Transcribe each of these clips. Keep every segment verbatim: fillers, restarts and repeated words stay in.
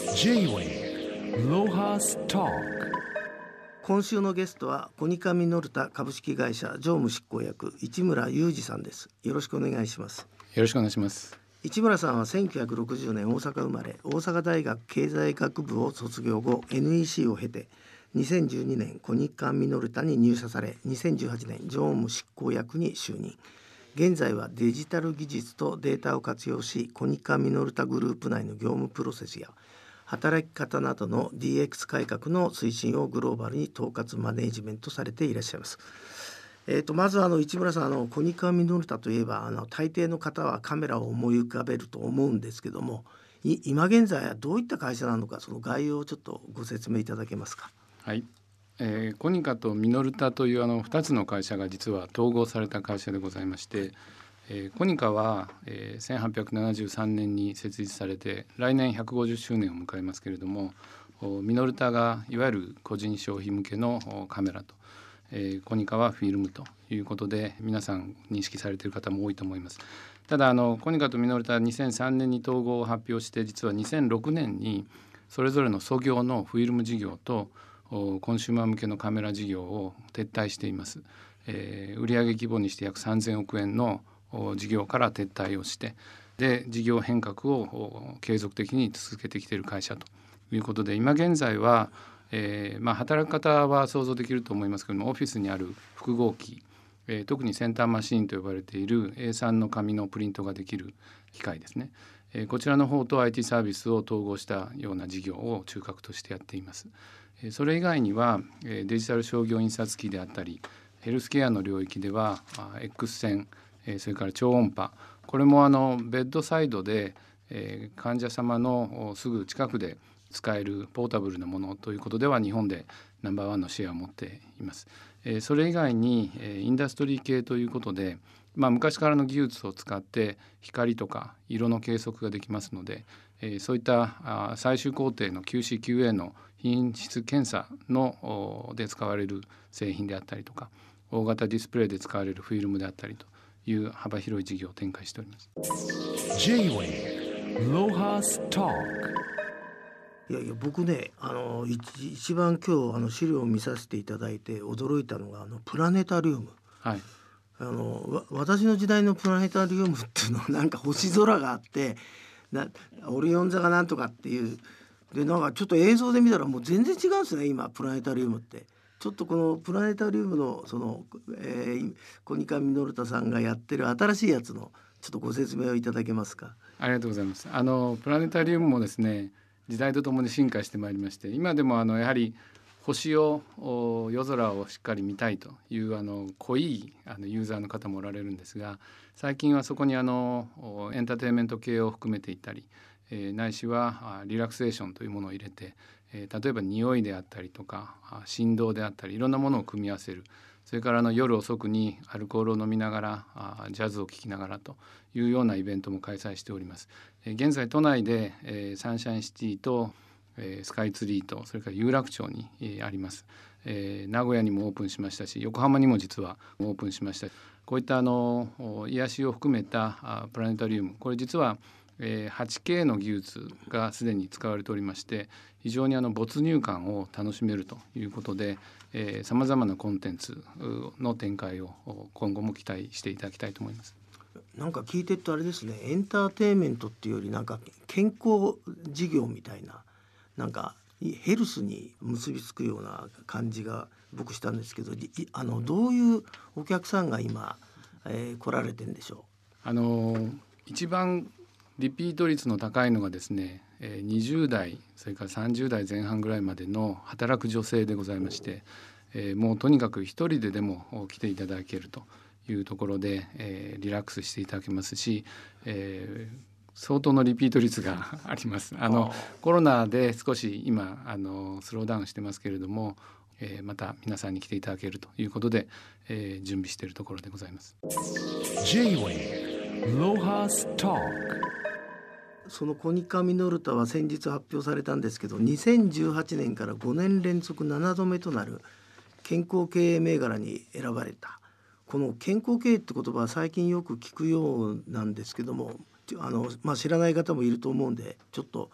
J-Way ロハストーク。 今週のゲストはコニカミノルタ株式会社常務執行役市村裕二さんです。よろしくお願いします。 よろしくお願いします。 市村さんはせんきゅうひゃくろくじゅうねん大阪生まれ、大阪大学経済学部を卒業後 エヌイーシー を経てにせんじゅうにねんコニカミノルタに入社され、にせんじゅうはちねん常務執行役に就任。現在はデジタル技術とデータを活用し、コニカミノルタグループ内の業務プロセスや働き方などの ディーエックス 改革の推進をグローバルに統括マネージメントされていらっしゃいます。えー、とまずあの市村さん、あのコニカミノルタといえばあの大抵の方はカメラを思い浮かべると思うんですけども、い今現在はどういった会社なのか、その概要をちょっとご説明いただけますか。 はい、えー、コニカとミノルタというあのふたつの会社が実は統合された会社でございまして、えー、コニカは、えー、せんはっぴゃくななじゅうさんねんに設立されて来年ひゃくごじゅっしゅうねんを迎えますけれども、ミノルタがいわゆる個人消費向けのカメラと、えー、コニカはフィルムということで皆さん認識されている方も多いと思います。ただあのコニカとミノルタはにせんさんねんに統合を発表して、実はにせんろくねんにそれぞれの創業のフィルム事業とコンシューマー向けのカメラ事業を撤退しています。えー、売上規模にして約さんぜんおくえんの事業から撤退をして、で事業変革を継続的に続けてきている会社ということで、今現在は、えーまあ、働き方は想像できると思いますけども、オフィスにある複合機、えー、特にセンターマシーンと呼ばれている エースリー の紙のプリントができる機械ですね、えー、こちらの方と アイティー サービスを統合したような事業を中核としてやっています。えー、それ以外には、えー、デジタル商業印刷機であったり、ヘルスケアの領域では X 線、えー、それから超音波、これもあのベッドサイドで、えー、患者様のすぐ近くで使えるポータブルなものということでは日本でナンバーワンのシェアを持っています。えー、それ以外に、えー、インダストリー系ということで、まあ、昔からの技術を使って光とか色の計測ができますので、えー、そういったあ最終工程の キューシーキューエー の品質検査ので使われる製品であったりとか、大型ディスプレイで使われるフィルムであったりという幅広い事業を展開しております。 J-Way ロハストーク。 いやいや僕ね、あの 一, 一番今日あの資料を見させていただいて驚いたのがあのプラネタリウム、 はい、 あの私の時代のプラネタリウムっていうのはなんか星空があってなオリオン座がなんとかっていうで、なんかちょっと映像で見たらもう全然違うんですね今プラネタリウムって。ちょっとこのプラネタリウムのその、えー、コニカミノルタさんがやってる新しいやつのちょっとご説明をいただけますか。 ありがとうございます。あのプラネタリウムもですね、時代とともに進化してまいりまして、今でもあのやはり星を夜空をしっかり見たいというあの濃いあのユーザーの方もおられるんですが、最近はそこにあのエンターテインメント系を含めていったり、えー、ないしはリラクセーションというものを入れて、えー、例えば匂いであったりとか振動であったりいろんなものを組み合わせる。それからあの夜遅くにアルコールを飲みながらあジャズを聴きながらというようなイベントも開催しております。えー、現在都内で、えー、サンシャインシティと、えー、スカイツリーとそれから有楽町に、えー、あります。えー、名古屋にもオープンしましたし、横浜にも実はオープンしました。こういったあの癒しを含めたあプラネタリウム、これ実はえー、はちケー の技術がすでに使われておりまして、非常にあの没入感を楽しめるということで、さまざまなコンテンツの展開を今後も期待していただきたいと思います。 なんか聞いてるとあれですね、エンターテインメントっていうよりなんか健康事業みたいな、なんかヘルスに結びつくような感じが僕したんですけど、あのどういうお客さんが今、えー、来られてるんでしょう。 あの一番リピート率の高いのがですね、にじゅう代それからさんじゅう代前半ぐらいまでの働く女性でございまして、もうとにかく一人ででも来ていただけるというところで、えー、リラックスしていただけますし、えー、相当のリピート率があります。あのコロナで少し今あのスローダウンしてますけれども、えー、また皆さんに来ていただけるということで、えー、準備しているところでございます。 J-Way ロハストーク。 そのコニカミノルタは先日発表されたんですけど、にせんじゅうはちねんからごねん連続ななどめとなる健康経営銘柄に選ばれた。この健康経営って言葉は最近よく聞くようなんですけども、あの、まあ、知らない方もいると思うんでちょっと、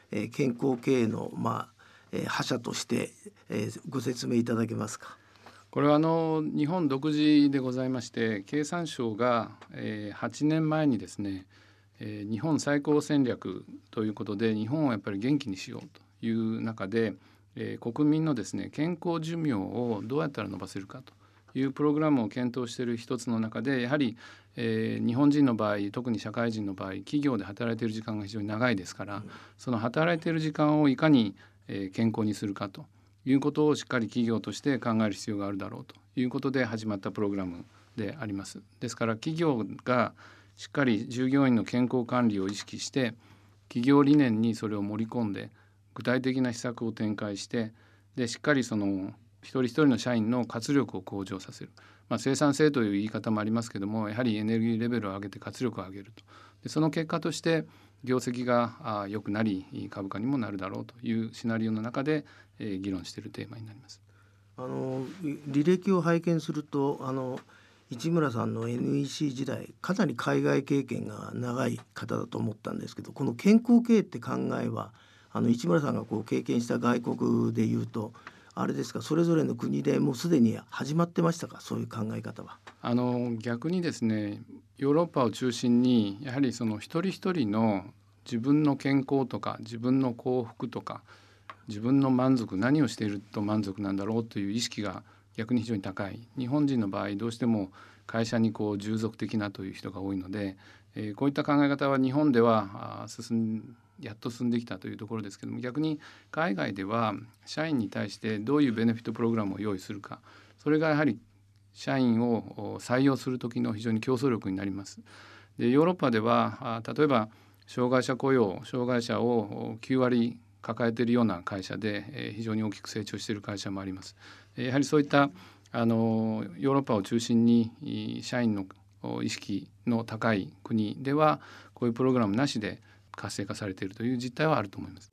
えー、健康経営の、まあえー、覇者として、えー、ご説明いただけますか。 これはあの日本独自でございまして、経産省が、えー、はちねんまえにですね、えー、日本再興戦略ということで日本をやっぱり元気にしようという中で、えー、国民のですね健康寿命をどうやったら伸ばせるかというプログラムを検討している一つの中で、やはり、えー、日本人の場合、特に社会人の場合、企業で働いている時間が非常に長いですから、うん、その働いている時間をいかに、えー、健康にするかということをしっかり企業として考える必要があるだろうということで始まったプログラムであります。ですから企業がしっかり従業員の健康管理を意識して企業理念にそれを盛り込んで具体的な施策を展開して、でしっかりその一人一人の社員の活力を向上させる、まあ、生産性という言い方もありますけども、やはりエネルギーレベルを上げて活力を上げると。でその結果として業績が良くなり株価にもなるだろうというシナリオの中で、えー、議論しているテーマになります。 あの履歴を拝見すると、あの市村さんの エヌイーシー 時代かなり海外経験が長い方だと思ったんですけど、この健康経営って考えはあの市村さんがこう経験した外国でいうとあれですか、それぞれの国でもうすでに始まってましたか、そういう考え方は。 あの逆にですね、ヨーロッパを中心にやはりその一人一人の自分の健康とか自分の幸福とか自分の満足、何をしていると満足なんだろうという意識が逆に非常に高い。日本人の場合どうしても会社にこう従属的なという人が多いので、えー、こういった考え方は日本では進んやっと進んできたというところですけども、逆に海外では社員に対してどういうベネフィットプログラムを用意するか、それがやはり社員を採用する時の非常に競争力になります。でヨーロッパでは例えば障害者雇用、障害者をきゅうわり抱えているような会社で非常に大きく成長している会社もあります。やはりそういったあのヨーロッパを中心に社員の意識の高い国ではこういうプログラムなしで活性化されているという実態はあると思います。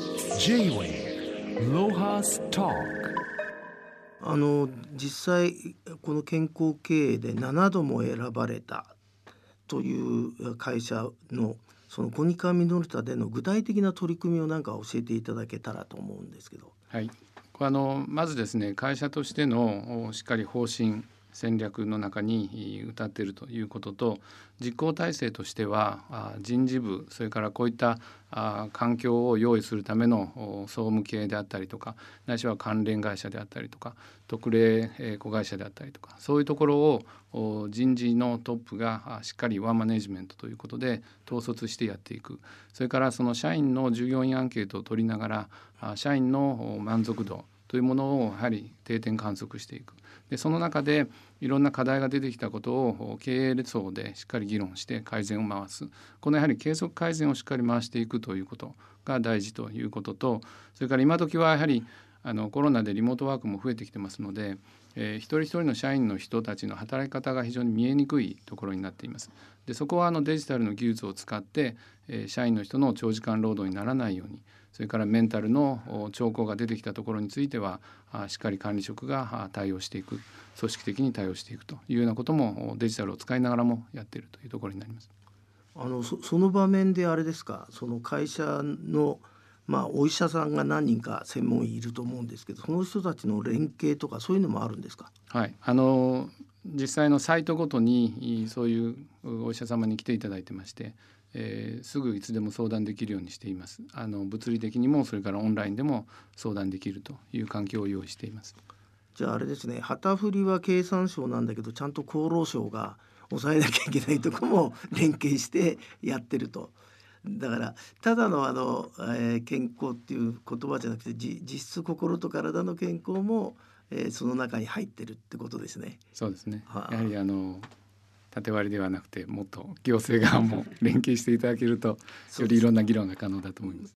J-Way ロハストーク。 あの実際この健康経営でななども選ばれたという会社のそのコニカミノルタでの具体的な取り組みをなんか教えていただけたらと思うんですけど。 はい、これあのまずですね、会社としてのしっかり方針戦略の中に謳っているということと、実行体制としては人事部、それからこういった環境を用意するための総務系であったりとか、ないしは関連会社であったりとか特例子会社であったりとか、そういうところを人事のトップがしっかりワンマネジメントということで統率してやっていく。それからその社員の従業員アンケートを取りながら社員の満足度というものをやはり定点観測していく。でその中でいろんな課題が出てきたことを経営層でしっかり議論して改善を回す。このやはり継続改善をしっかり回していくということが大事ということと、それから今時はやはりあのコロナでリモートワークも増えてきてますので、えー、一人一人の社員の人たちの働き方が非常に見えにくいところになっています。でそこはあのデジタルの技術を使って、えー、社員の人の長時間労働にならないように、それからメンタルの兆候が出てきたところについてはしっかり管理職が対応していく、組織的に対応していくというようなこともデジタルを使いながらもやっているというところになります。 あの そ, その場面であれですか、その会社の、まあ、お医者さんが何人か専門医いると思うんですけど、その人たちの連携とかそういうのもあるんですか。 はい、あの実際のサイトごとにそういうお医者様に来ていただいてまして、えー、すぐいつでも相談できるようにしています。あの物理的にもそれからオンラインでも相談できるという環境を用意しています。 じゃああれですね、旗振りは経産省なんだけどちゃんと厚労省が抑えなきゃいけないとこも連携してやってると。だからただのあの、えー、健康っていう言葉じゃなくて実質心と体の健康も、えー、その中に入ってるってことですね。 そうですね、 はあ、 やはりあの縦割りではなくてもっと行政側も連携していただけるとよりいろんな議論が可能だと思います。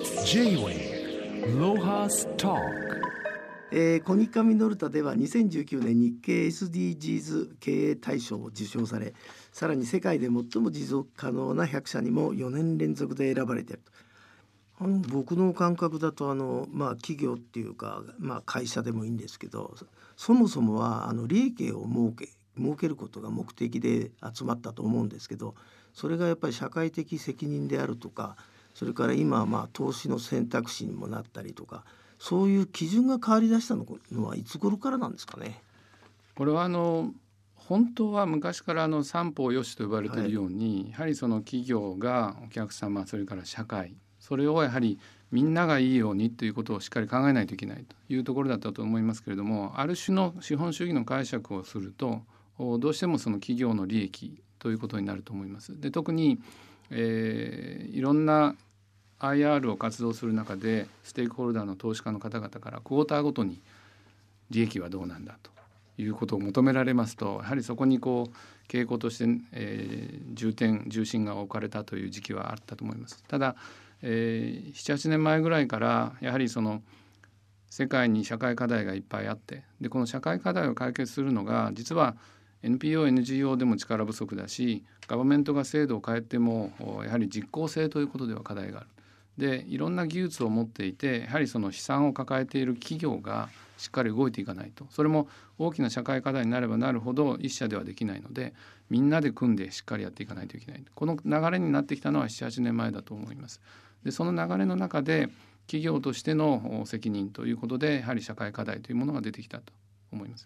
J-Way ロハストーク。 えー、コニカミノルタではにせんじゅうきゅうねん日経 エスディージーズ 経営大賞を受賞され、さらに世界で最も持続可能なひゃくしゃにもよねん連続で選ばれていると。あの僕の感覚だとあの、まあ、企業っていうか、まあ、会社でもいいんですけど、そもそもはあの利益を儲け儲けることが目的で集まったと思うんですけど、それがやっぱり社会的責任であるとか、 それから今はまあ投資の選択肢にもなったりとか、そういう基準が変わりだしたのはいつ頃からなんですかね。 これはあの本当は昔からあの三方よしと呼ばれているように、はい、やはりその企業がお客様、それから社会、それをやはりみんながいいようにということをしっかり考えないといけないというところだったと思いますけれども、ある種の資本主義の解釈をするとどうしてもその企業の利益ということになると思います。で、特に、えー、いろんな アイアール を活動する中でステークホルダーの投資家の方々からクォーターごとに利益はどうなんだということを求められますと、やはりそこにこう傾向として、えー、重点重心が置かれたという時期はあったと思います。ただ、えー、ななはちねんまえぐらいからやはりその世界に社会課題がいっぱいあって、でこの社会課題を解決するのが実は エヌピーオー、エヌジーオー でも力不足だし、ガバメントが制度を変えてもやはり実効性ということでは課題がある。でいろんな技術を持っていて、やはりその資産を抱えている企業がしっかり動いていかないと、それも大きな社会課題になればなるほど一社ではできないので、みんなで組んでしっかりやっていかないといけない。この流れになってきたのはなな、はちねんまえだと思います。でその流れの中で企業としての責任ということで、やはり社会課題というものが出てきたと思います。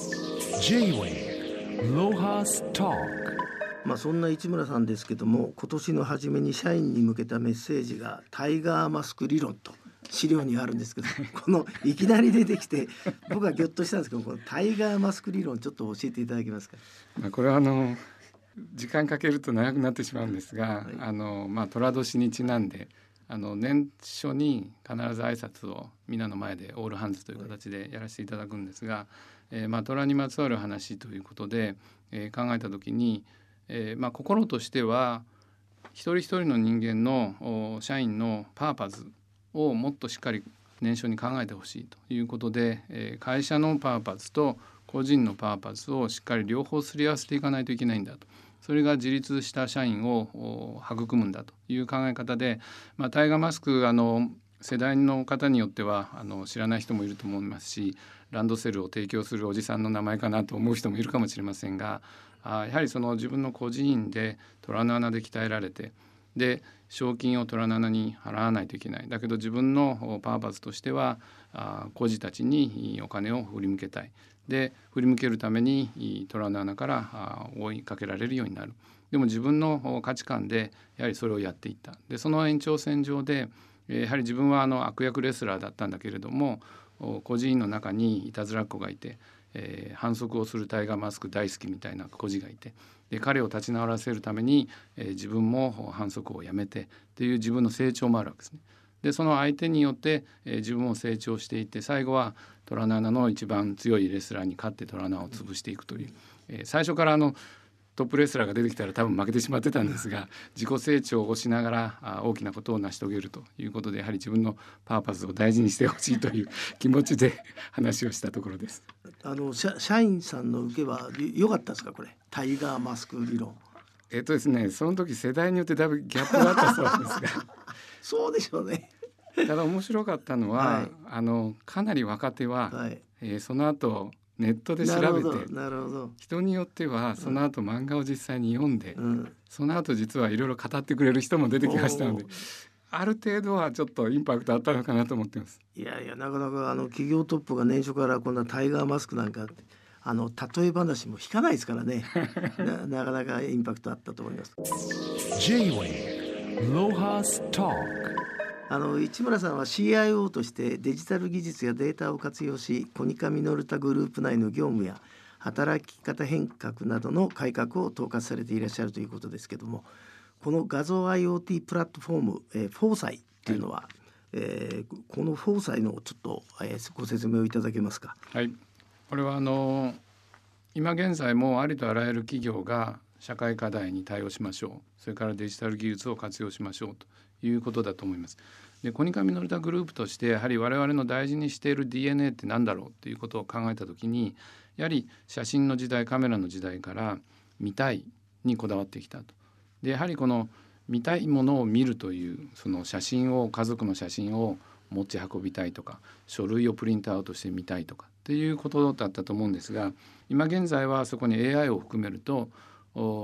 J-Way ロハストーク。 まあ、そんな市村さんですけども、今年の初めに社員に向けたメッセージがタイガーマスク理論と資料にあるんですけど、このいきなり出てきて僕はギョッとしたんですけど、このタイガーマスク理論ちょっと教えていただけますか。 これはあの時間かけると長くなってしまうんですが、 はい、 あのまあ寅年にちなんで、あの年初に必ず挨拶を皆の前でオールハンズという形でやらせていただくんですが、えー、まあ寅にまつわる話ということで、えー、考えた時に、えーまあ、心としては一人一人の人間の社員のパーパスをもっとしっかり年初に考えてほしいということで、えー、会社のパーパスと個人のパーパスをしっかり両方すり合わせていかないといけないんだと、それが自立した社員を育むんだという考え方で、まあ、タイガーマスクあの世代の方によってはあの知らない人もいると思いますし、ランドセルを提供するおじさんの名前かなと思う人もいるかもしれませんが、あやはりその自分の個人で虎の穴で鍛えられて、で賞金を虎の穴に払わないといけない。だけど自分のパーパスとしてはあ孤児たちにお金を振り向けたい。で振り向けるために虎の穴から追いかけられるようになる。でも自分の価値観でやはりそれをやっていった。でその延長線上でやはり自分はあの悪役レスラーだったんだけれども、孤児院の中にいたずらっ子がいて、えー、反則をするタイガーマスク大好きみたいな孤児がいて、で彼を立ち直らせるために、えー、自分も反則をやめてっていう自分の成長もあるわけですね。でその相手によって、えー、自分も成長していって、最後は虎の穴の一番強いレスラーに勝って虎の穴を潰していくという、えー、最初からあのトップレスラーが出てきたら多分負けてしまってたんですが、自己成長をしながら大きなことを成し遂げるということで、やはり自分のパーパスを大事にしてほしいという気持ちで話をしたところです。 あの 社, 社員さんの受けは良かったですか、これタイガーマスク理論。 えっとですね、その時世代によってだいぶギャップがあったそうですがそうでしょうね。 ただ面白かったのは、はい、あのかなり若手は、はいえー、その後ネットで調べて、 なるほど、 人によってはその後漫画を実際に読んで、うん、その後実はいろいろ語ってくれる人も出てきましたので、ある程度はちょっとインパクトあったのかなと思ってます。 いやいや、なかなかあの企業トップが年初からこんなタイガーマスクなんかあの例え話も引かないですからねな, なかなかインパクトあったと思います。 J-Way ロハストーク。 あの市村さんは シーアイオー としてデジタル技術やデータを活用し、コニカミノルタグループ内の業務や働き方変革などの改革を統括されていらっしゃるということですけども、この画像 IoT プラットフォーム、えー、フォーサイっていうのは、はいえー、このフォーサイのちょっと、えー、ご説明をいただけますか。 はい、これはあの今現在もありとあらゆる企業が社会課題に対応しましょう、それからデジタル技術を活用しましょうということだと思います。でコニカミノルタグループとしてやはり我々の大事にしている ディーエヌエー って何だろうということを考えたときに、やはり写真の時代、カメラの時代から見たいにこだわってきたと。でやはりこの見たいものを見るという、その写真を家族の写真を持ち運びたいとか、書類をプリントアウトしてみたいとかっていうことだったと思うんですが、今現在はそこに エーアイ を含めると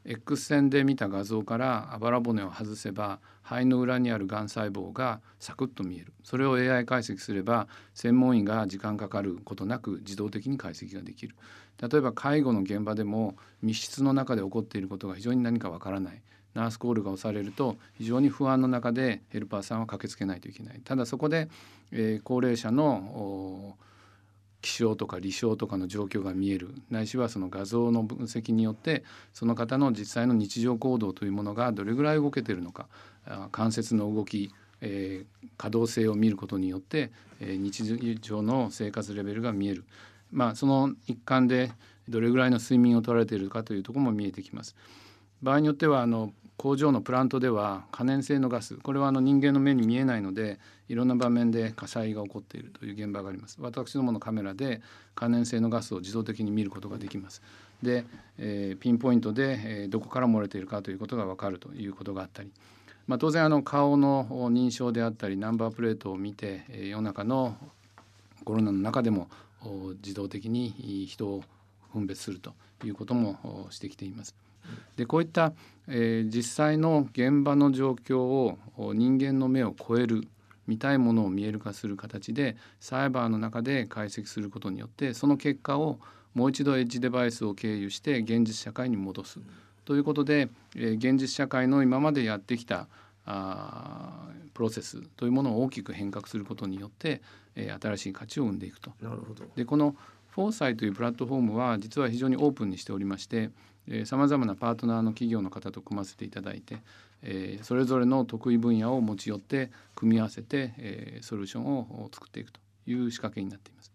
X 線で見た画像からあばら骨を外せば肺の裏にあるがん細胞がサクッと見える。それを エーアイ 解析すれば専門医が時間かかることなく自動的に解析ができる。例えば介護の現場でも密室の中で起こっていることが非常に何かわからない、ナースコールが押されると非常に不安の中でヘルパーさんは駆けつけないといけない。ただそこで、えー、高齢者の気象とか離床とかの状況が見える、ないしはその画像の分析によってその方の実際の日常行動というものがどれぐらい動けているのか、関節の動き、えー、可動性を見ることによって、えー、日常の生活レベルが見える。まあ、その一環でどれぐらいの睡眠を取られているかというところも見えてきます。場合によってはあの工場のプラントでは可燃性のガス、これはあの人間の目に見えないのでいろんな場面で火災が起こっているという現場があります。私どものカメラで可燃性のガスを自動的に見ることができます。で、えー、ピンポイントで、えー、どこから漏れているかということが分かるということがあったり、まあ、当然あの顔の認証であったりナンバープレートを見て、えー、世の中のコロナの中でも自動的に人を分別するということもしてきています。でこういった、えー、実際の現場の状況を人間の目を超える、見たいものを見える化する形でサイバーの中で解析することによってその結果をもう一度エッジデバイスを経由して現実社会に戻すということで、えー、現実社会の今までやってきたあプロセスというものを大きく変革することによって、えー、新しい価値を生んでいくと。 なるほど。 でこのフォーサイというプラットフォームは実は非常にオープンにしておりましてさまざまなパートナーの企業の方と組ませていただいて、えー、それぞれの得意分野を持ち寄って組み合わせて、えー、ソリューションを作っていくという仕掛けになっています。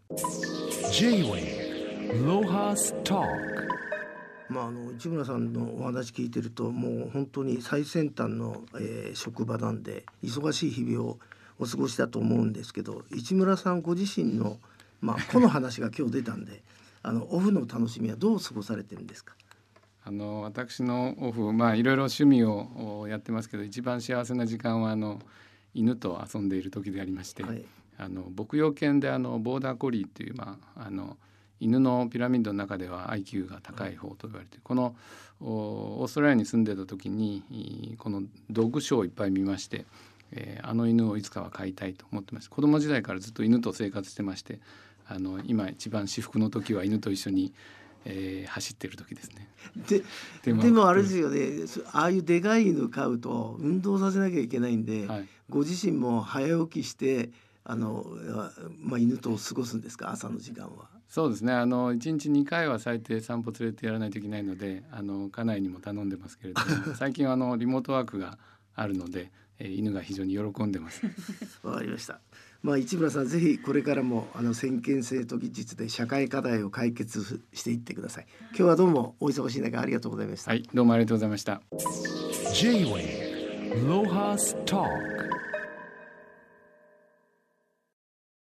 J-Way ロハストーク。 まあ、あの市村さんのお話聞いてるともう本当に最先端の、えー、職場なんで忙しい日々をお過ごしだと思うんですけど、市村さんご自身の、まあ、この話が今日出たんであのオフの楽しみはどう過ごされてるんですか？ あの私のオフ、まあいろいろ趣味をやってますけど一番幸せな時間はあの犬と遊んでいる時でありまして、はい、あの牧羊犬であのボーダーコリーという、まあ、あの犬のピラミッドの中では アイキュー が高い方と言われている、このオーストラリアに住んでた時にこのドッグショーをいっぱい見まして、えー、あの犬をいつかは飼いたいと思ってました。子供時代からずっと犬と生活してまして、あの今一番至福の時は犬と一緒にえー、走ってる時ですね。 で, で, もでもあれですよね、ああいうでかい犬飼うと運動させなきゃいけないんで、はい、ご自身も早起きしてあの、まあ、犬と過ごすんですか？朝の時間は。 そうですね、あのいちにちにかいは最低散歩連れてやらないといけないので、あの家内にも頼んでますけれども最近はあのリモートワークがあるので、えー、犬が非常に喜んでます。 わかりました。まあ、市村さんぜひこれからもあの先見性と技術で社会課題を解決していってください。今日はどうもお忙しい中ありがとうございました。 はい、どうもありがとうございました。 J-Way ロハストーク。